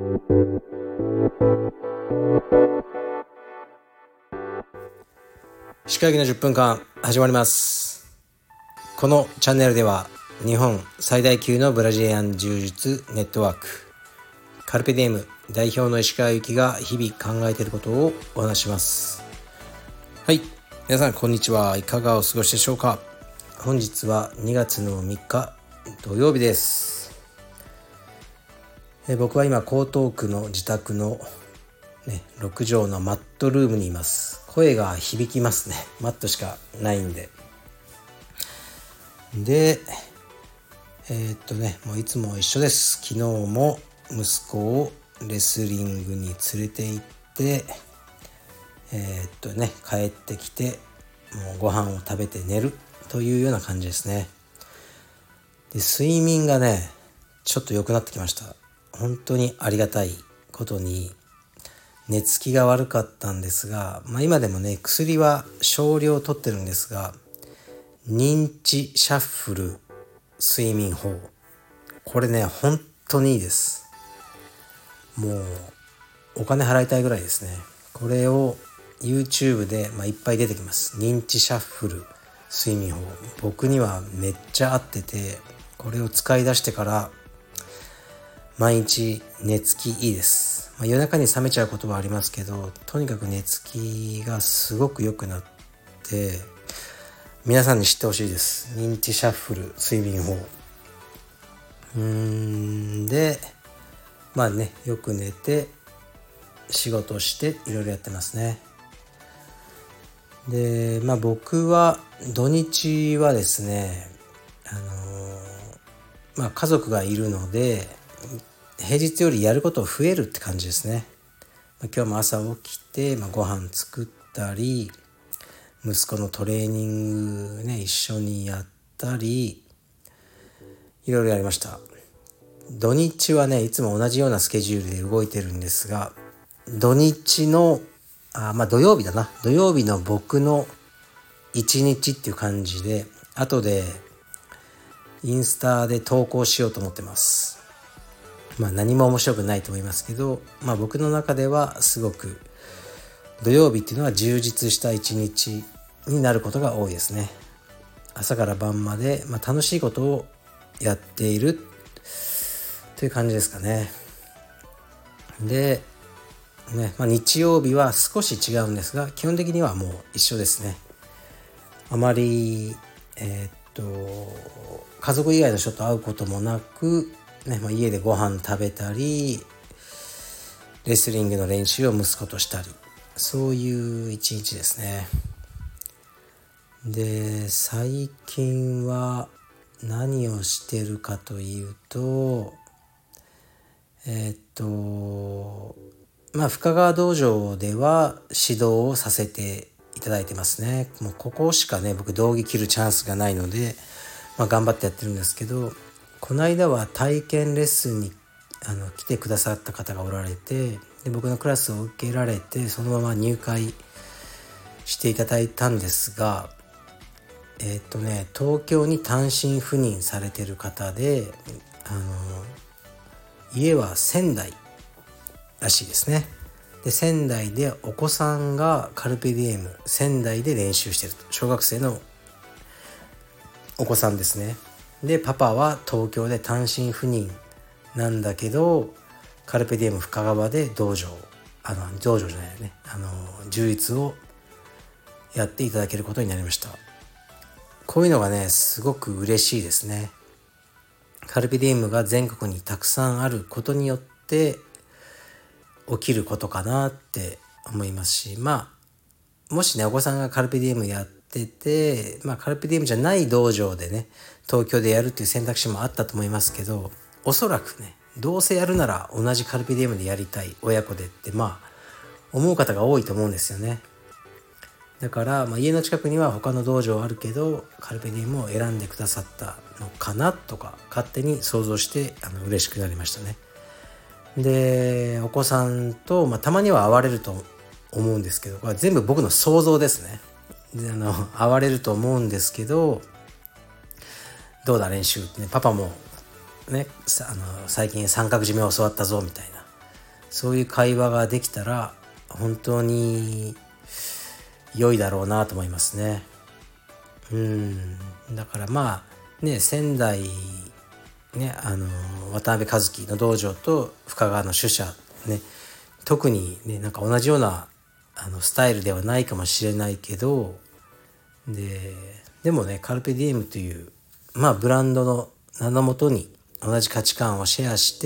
歯科医の10分間始まります。このチャンネルでは日本最大級のブラジリアン柔術ネットワークカルペディエム代表の石川由紀が日々考えていることをお話します。はい、皆さんこんにちは。いかがお過ごしでしょうか。本日は2月の3日土曜日です。僕は今江東区の自宅の6畳のマットルームにいます。声が響きますね。マットしかないんで。で、もういつも一緒です。昨日も息子をレスリングに連れて行って、帰ってきてもうご飯を食べて寝るというような感じですね。で、睡眠がねちょっと良くなってきました。本当にありがたいことに寝つきが悪かったんですが、今でもね薬は少量取ってるんですが、認知シャッフル睡眠法、これね本当にいいです。もうお金払いたいぐらいですね。これを YouTube で、いっぱい出てきます。認知シャッフル睡眠法、僕にはめっちゃ合ってて、これを使い出してから毎日寝つきいいです。夜中に覚めちゃうことはありますけど、とにかく寝つきがすごく良くなって、皆さんに知ってほしいです。認知シャッフル睡眠法。で、よく寝て仕事していろいろやってますね。で、僕は土日はですね、家族がいるので平日よりやること増えるって感じですね。今日も朝起きて、ご飯作ったり、息子のトレーニング一緒にやったり、いろいろやりました。土日はいつも同じようなスケジュールで動いてるんですが、土日の土曜日の僕の一日っていう感じで後でインスタで投稿しようと思ってます。何も面白くないと思いますけど、僕の中ではすごく土曜日っていうのは充実した一日になることが多いですね。朝から晩まで、楽しいことをやっているという感じですかね。で、日曜日は少し違うんですが、基本的にはもう一緒ですね。あまり家族以外の人と会うこともなく、家でご飯食べたり、レスリングの練習を息子としたり、そういう一日ですね。で、最近は何をしてるかというと、深川道場では指導をさせていただいてますね。もうここしか僕道着着るチャンスがないので、頑張ってやってるんですけど、この間は体験レッスンに来てくださった方がおられて、で僕のクラスを受けられて、そのまま入会していただいたんですが、東京に単身赴任されてる方で、家は仙台らしいですね。で、仙台でお子さんがカルペディエム仙台で練習してる、小学生のお子さんですね。で、パパは東京で単身赴任なんだけど、カルペディエム深川で道場じゃないね、充実をやっていただけることになりました。こういうのがすごく嬉しいですね。カルペディエムが全国にたくさんあることによって起きることかなって思いますし、もしお子さんがカルペディエムやってて、カルペディエムじゃない道場で東京でやるっていう選択肢もあったと思いますけど、おそらくどうせやるなら同じカルペディエムでやりたい親子でって思う方が多いと思うんですよね。だから、家の近くには他の道場あるけどカルペディエムを選んでくださったのかなとか勝手に想像して嬉しくなりましたね。で、お子さんと、たまには会われると思うんですけど、これは全部僕の想像ですね。で、会われると思うんですけど、どうだ練習ってパパも最近三角締めを教わったぞみたいなそういう会話ができたら本当に良いだろうなと思いますね。だからまあね、仙台ね、渡辺一樹の道場と深川の主者ね、特にね、なんか同じようなスタイルではないかもしれないけど、でもね、カルペディエムというまあブランドの名のもとに同じ価値観をシェアして、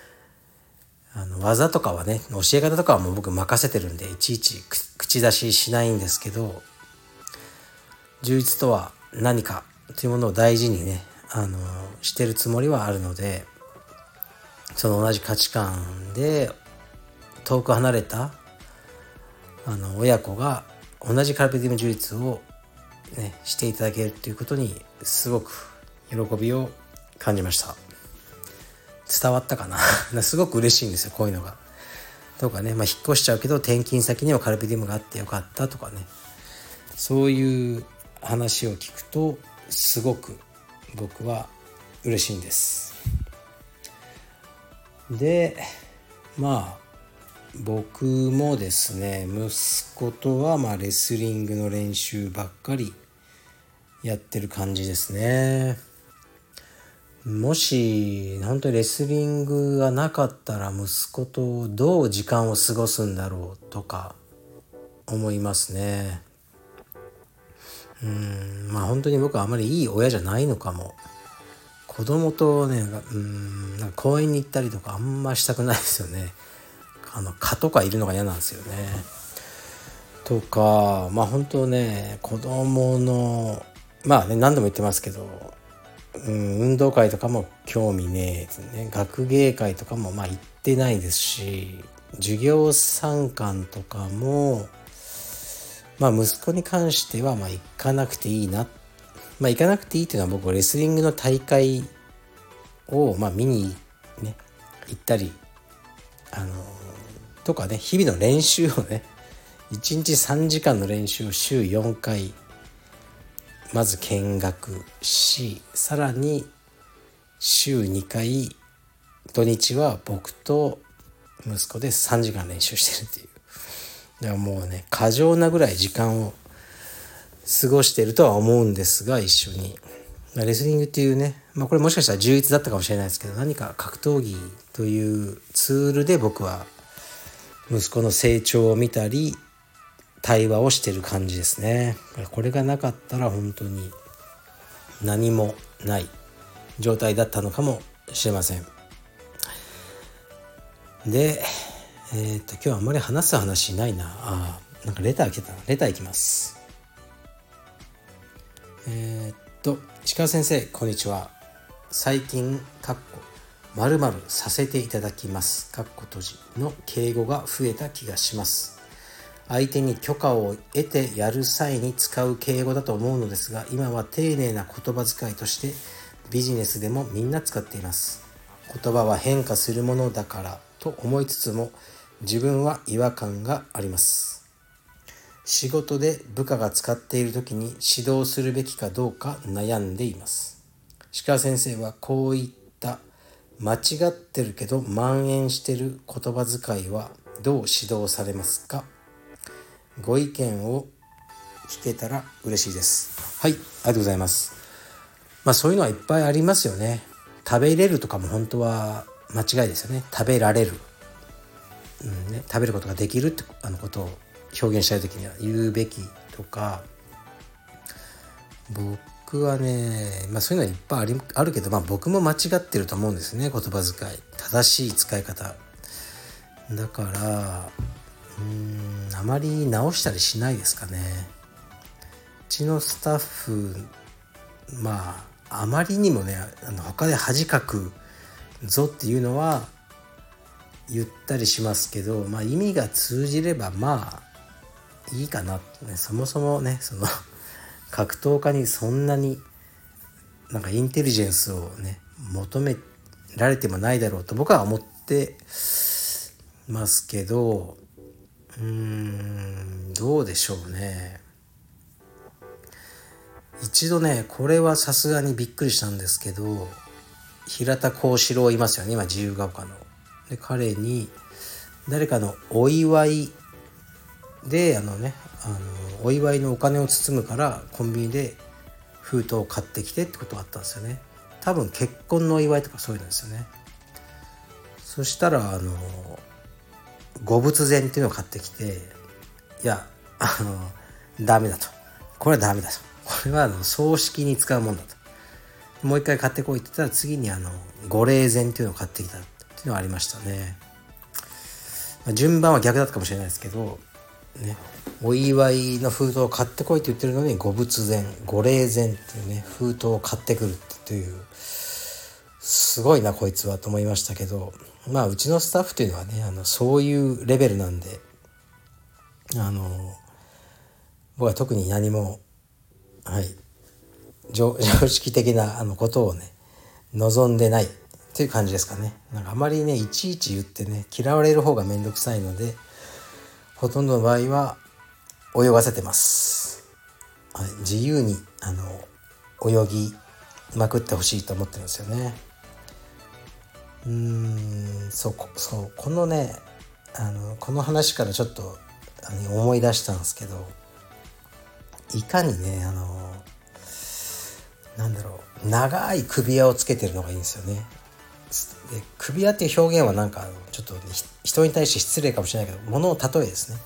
技とかはね、教え方とかはもう僕任せてるんで、いちいち口出ししないんですけど、充実とは何かというものを大事にね、してるつもりはあるので、その同じ価値観で遠く離れた親子が同じカルペディウム充実をねしていただけるということにすごく喜びを感じました。伝わったかなすごく嬉しいんですよ、こういうのが。とかね、引っ越しちゃうけど転勤先にはカルペディウムがあってよかったとかね、そういう話を聞くとすごく僕は嬉しいんです。で、まあ僕もですね、息子とはレスリングの練習ばっかりやってる感じですね。もし本当にレスリングがなかったら息子とどう時間を過ごすんだろうとか思いますね。本当に僕はあまりいい親じゃないのかも。子供とね、なんか公園に行ったりとかあんましたくないですよね。蚊とかいるのが嫌なんですよね。とか、本当ね、子供の何度も言ってますけど、運動会とかも興味ねえね、学芸会とかも行ってないですし、授業参観とかも息子に関しては行かなくていいな、行かなくていいっていうのは、僕はレスリングの大会を見にね行ったりとかね、日々の練習をね、1日3時間の練習を週4回まず見学し、さらに週2回土日は僕と息子で3時間練習してるっていう、だからもうね、過剰なぐらい時間を過ごしているとは思うんですが、一緒にレスリングっていうね、これもしかしたら充実だったかもしれないですけど、何か格闘技というツールで僕は息子の成長を見たり対話をしてる感じですね。これがなかったら本当に何もない状態だったのかもしれません。で、今日はあんまり話す話ないな。なんかレター来てたな。レターいきます。石川先生、こんにちは。最近〇〇させていただきます閉じの敬語が増えた気がします。相手に許可を得てやる際に使う敬語だと思うのですが、今は丁寧な言葉遣いとしてビジネスでもみんな使っています。言葉は変化するものだからと思いつつも、自分は違和感があります。仕事で部下が使っている時に指導するべきかどうか悩んでいます。石川先生はこういった間違ってるけど蔓延してる言葉遣いはどう指導されますか？ご意見を聞けたら嬉しいです。はい、ありがとうございます。そういうのはいっぱいありますよね。食べれるとかも本当は間違いですよね。食べられる、食べることができるってことを表現したいときには言うべきとか、僕はね、そういうのはいっぱいあるけど、僕も間違ってると思うんですね。言葉遣い、正しい使い方だから、あまり直したりしないですかね。うちのスタッフ、あまりにもね、他で恥かくぞっていうのは言ったりしますけど、意味が通じればいいかなってね。そもそもね、その格闘家にそんなになんかインテリジェンスをね求められてもないだろうと僕は思ってますけど、どうでしょうね。一度ね、これはさすがにびっくりしたんですけど、平田幸四郎いますよね、今自由が丘の。 で彼に誰かのお祝いでお祝いのお金を包むからコンビニで封筒を買ってきてってことがあったんですよね。多分結婚のお祝いとかそういうのですよね。そしたらご仏前っていうのを買ってきて、いやダメだと、これはダメだと、これは葬式に使うもんだと、もう一回買ってこいって言ったら次にご霊前っていうのを買ってきたっていうのがありましたね。順番は逆だったかもしれないですけどね、お祝いの封筒を買ってこいって言ってるのにご仏前ご霊前っていうね封筒を買ってくるっていう、すごいなこいつはと思いましたけど、うちのスタッフというのはねそういうレベルなんで、僕は特に何も常識的なことをね望んでないっていう感じですかね。あまりねいちいち言ってね嫌われる方がめんどくさいので、ほとんどの場合は泳がせてます。自由に泳ぎまくってほしいと思ってるんですよね。このねこの話からちょっと思い出したんですけど、いかにね長い首輪をつけてるのがいいんですよね。で首輪っていう表現はちょっと、ね、人に対して失礼かもしれないけど、物を例えですね。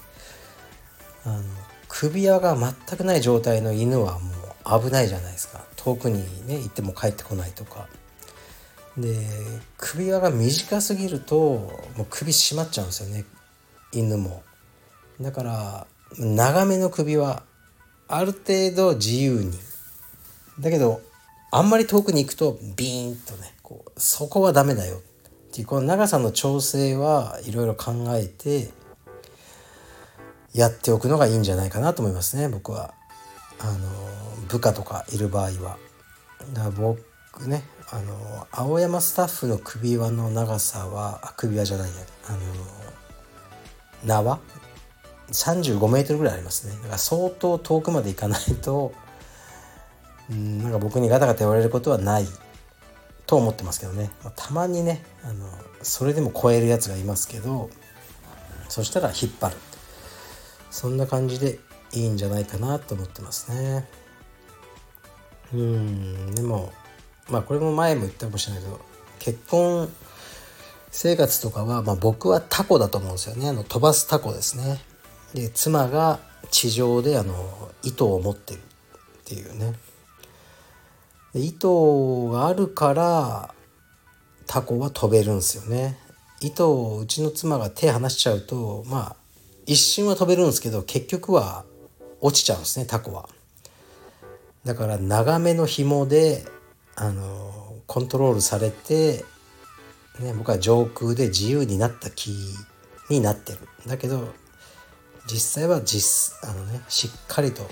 首輪が全くない状態の犬はもう危ないじゃないですか。遠くにね行っても帰ってこないとかで、首輪が短すぎるともう首締まっちゃうんですよね、犬も。だから長めの首輪、ある程度自由に、だけどあんまり遠くに行くとビーンとねそこはダメだよっていう、この長さの調整はいろいろ考えてやっておくのがいいんじゃないかなと思いますね、僕は。部下とかいる場合は。だから僕ね青山スタッフの首輪の長さは首輪じゃないや縄35メートルぐらいありますね。だから相当遠くまで行かないと僕にガタガタ言われることはないと思ってますけどね。たまにねそれでも超えるやつがいますけど、そしたら引っ張る、そんな感じでいいんじゃないかなと思ってますね。でもこれも前も言ったかもしれないけど、結婚生活とかは僕はタコだと思うんですよね。飛ばすタコですね。で妻が地上で糸を持ってるっていうね。で糸があるからタコは飛べるんですよね。糸をうちの妻が手離しちゃうと一瞬は飛べるんですけど、結局は落ちちゃうんですね、タコは。だから長めの紐でコントロールされて、僕は上空で自由になった気になってる。だけど実際はしっかりと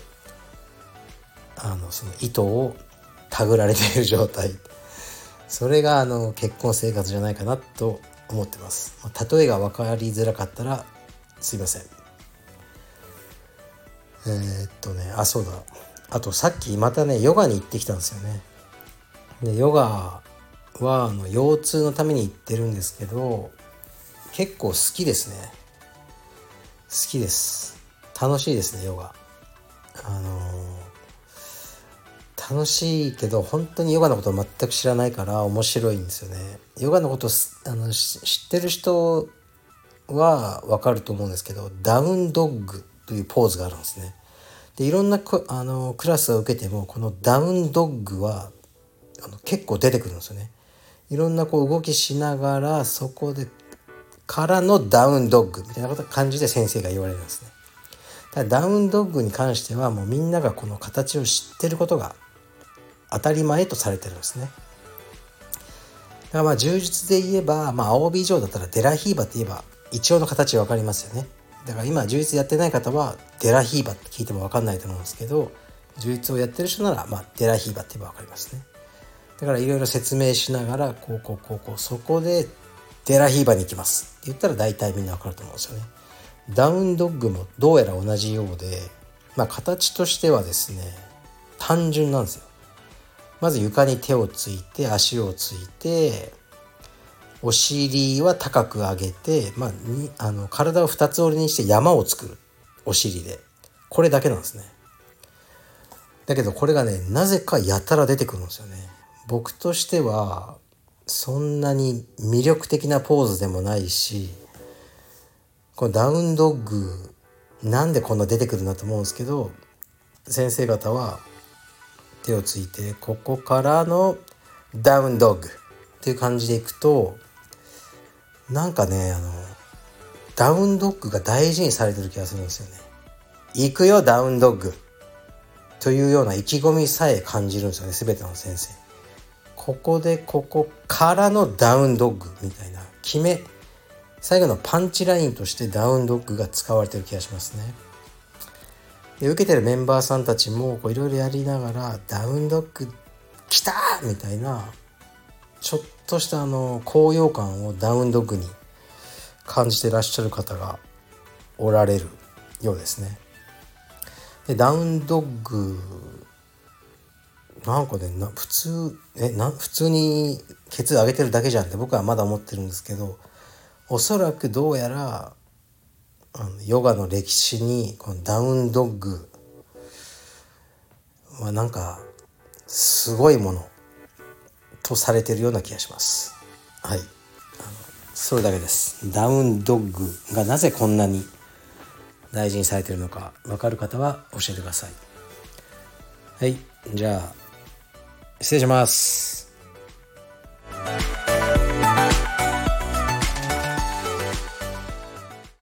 その糸を手繰られている状態、それが結婚生活じゃないかなと思ってます。例えが分かりづらかったらすいません。そうだ、あとさっきまたねヨガに行ってきたんですよね。でヨガは腰痛のために行ってるんですけど、結構好きですね。好きです。楽しいですね、ヨガ。楽しいけど本当にヨガのことを全く知らないから面白いんですよね。ヨガのこと知ってる人は分かると思うんですけど、ダウンドッグというポーズがあるんですね。でいろんなクラスを受けてもこのダウンドッグは結構出てくるんですよね。いろんな動きしながらそこでからのダウンドッグみたいな感じで先生が言われるんですね。ただダウンドッグに関してはもうみんながこの形を知ってることが当たり前とされてるんですね。だから柔術で言えば、青帯以上だったらデラヒーバって言えば一応の形分かりますよね。だから今柔術やってない方はデラヒーバって聞いても分かんないと思うんですけど、柔術をやってる人ならデラヒーバって言えば分かりますね。だからいろいろ説明しながらこうそこでデラヒーバに行きますって言ったら大体みんな分かると思うんですよね。ダウンドッグもどうやら同じようで、形としてはですね単純なんですよ。まず床に手をついて足をついてお尻は高く上げて、体を二つ折りにして山を作る、お尻で。これだけなんですね。だけどこれがね、なぜかやたら出てくるんですよね。僕としてはそんなに魅力的なポーズでもないし、このダウンドッグなんでこんな出てくるんだと思うんですけど、先生方は手をついて、ここからのダウンドッグっていう感じでいくと、なんかね、ダウンドッグが大事にされてる気がするんですよね。行くよダウンドッグというような意気込みさえ感じるんですよね、全ての先生。ここからのダウンドッグみたいな最後のパンチラインとしてダウンドッグが使われてる気がしますね。で、受けてるメンバーさんたちもいろいろやりながら、ダウンドッグ来たーみたいな、ちょっとした高揚感をダウンドッグに感じてらっしゃる方がおられるようですね。で、ダウンドッグなんかね、普通にケツ上げてるだけじゃんって僕はまだ思ってるんですけど、おそらくどうやらヨガの歴史にこのダウンドッグはなんかすごいものとされているような気がします。はい、それだけです。ダウンドッグがなぜこんなに大事にされているのか分かる方は教えてください。はい、じゃあ失礼します。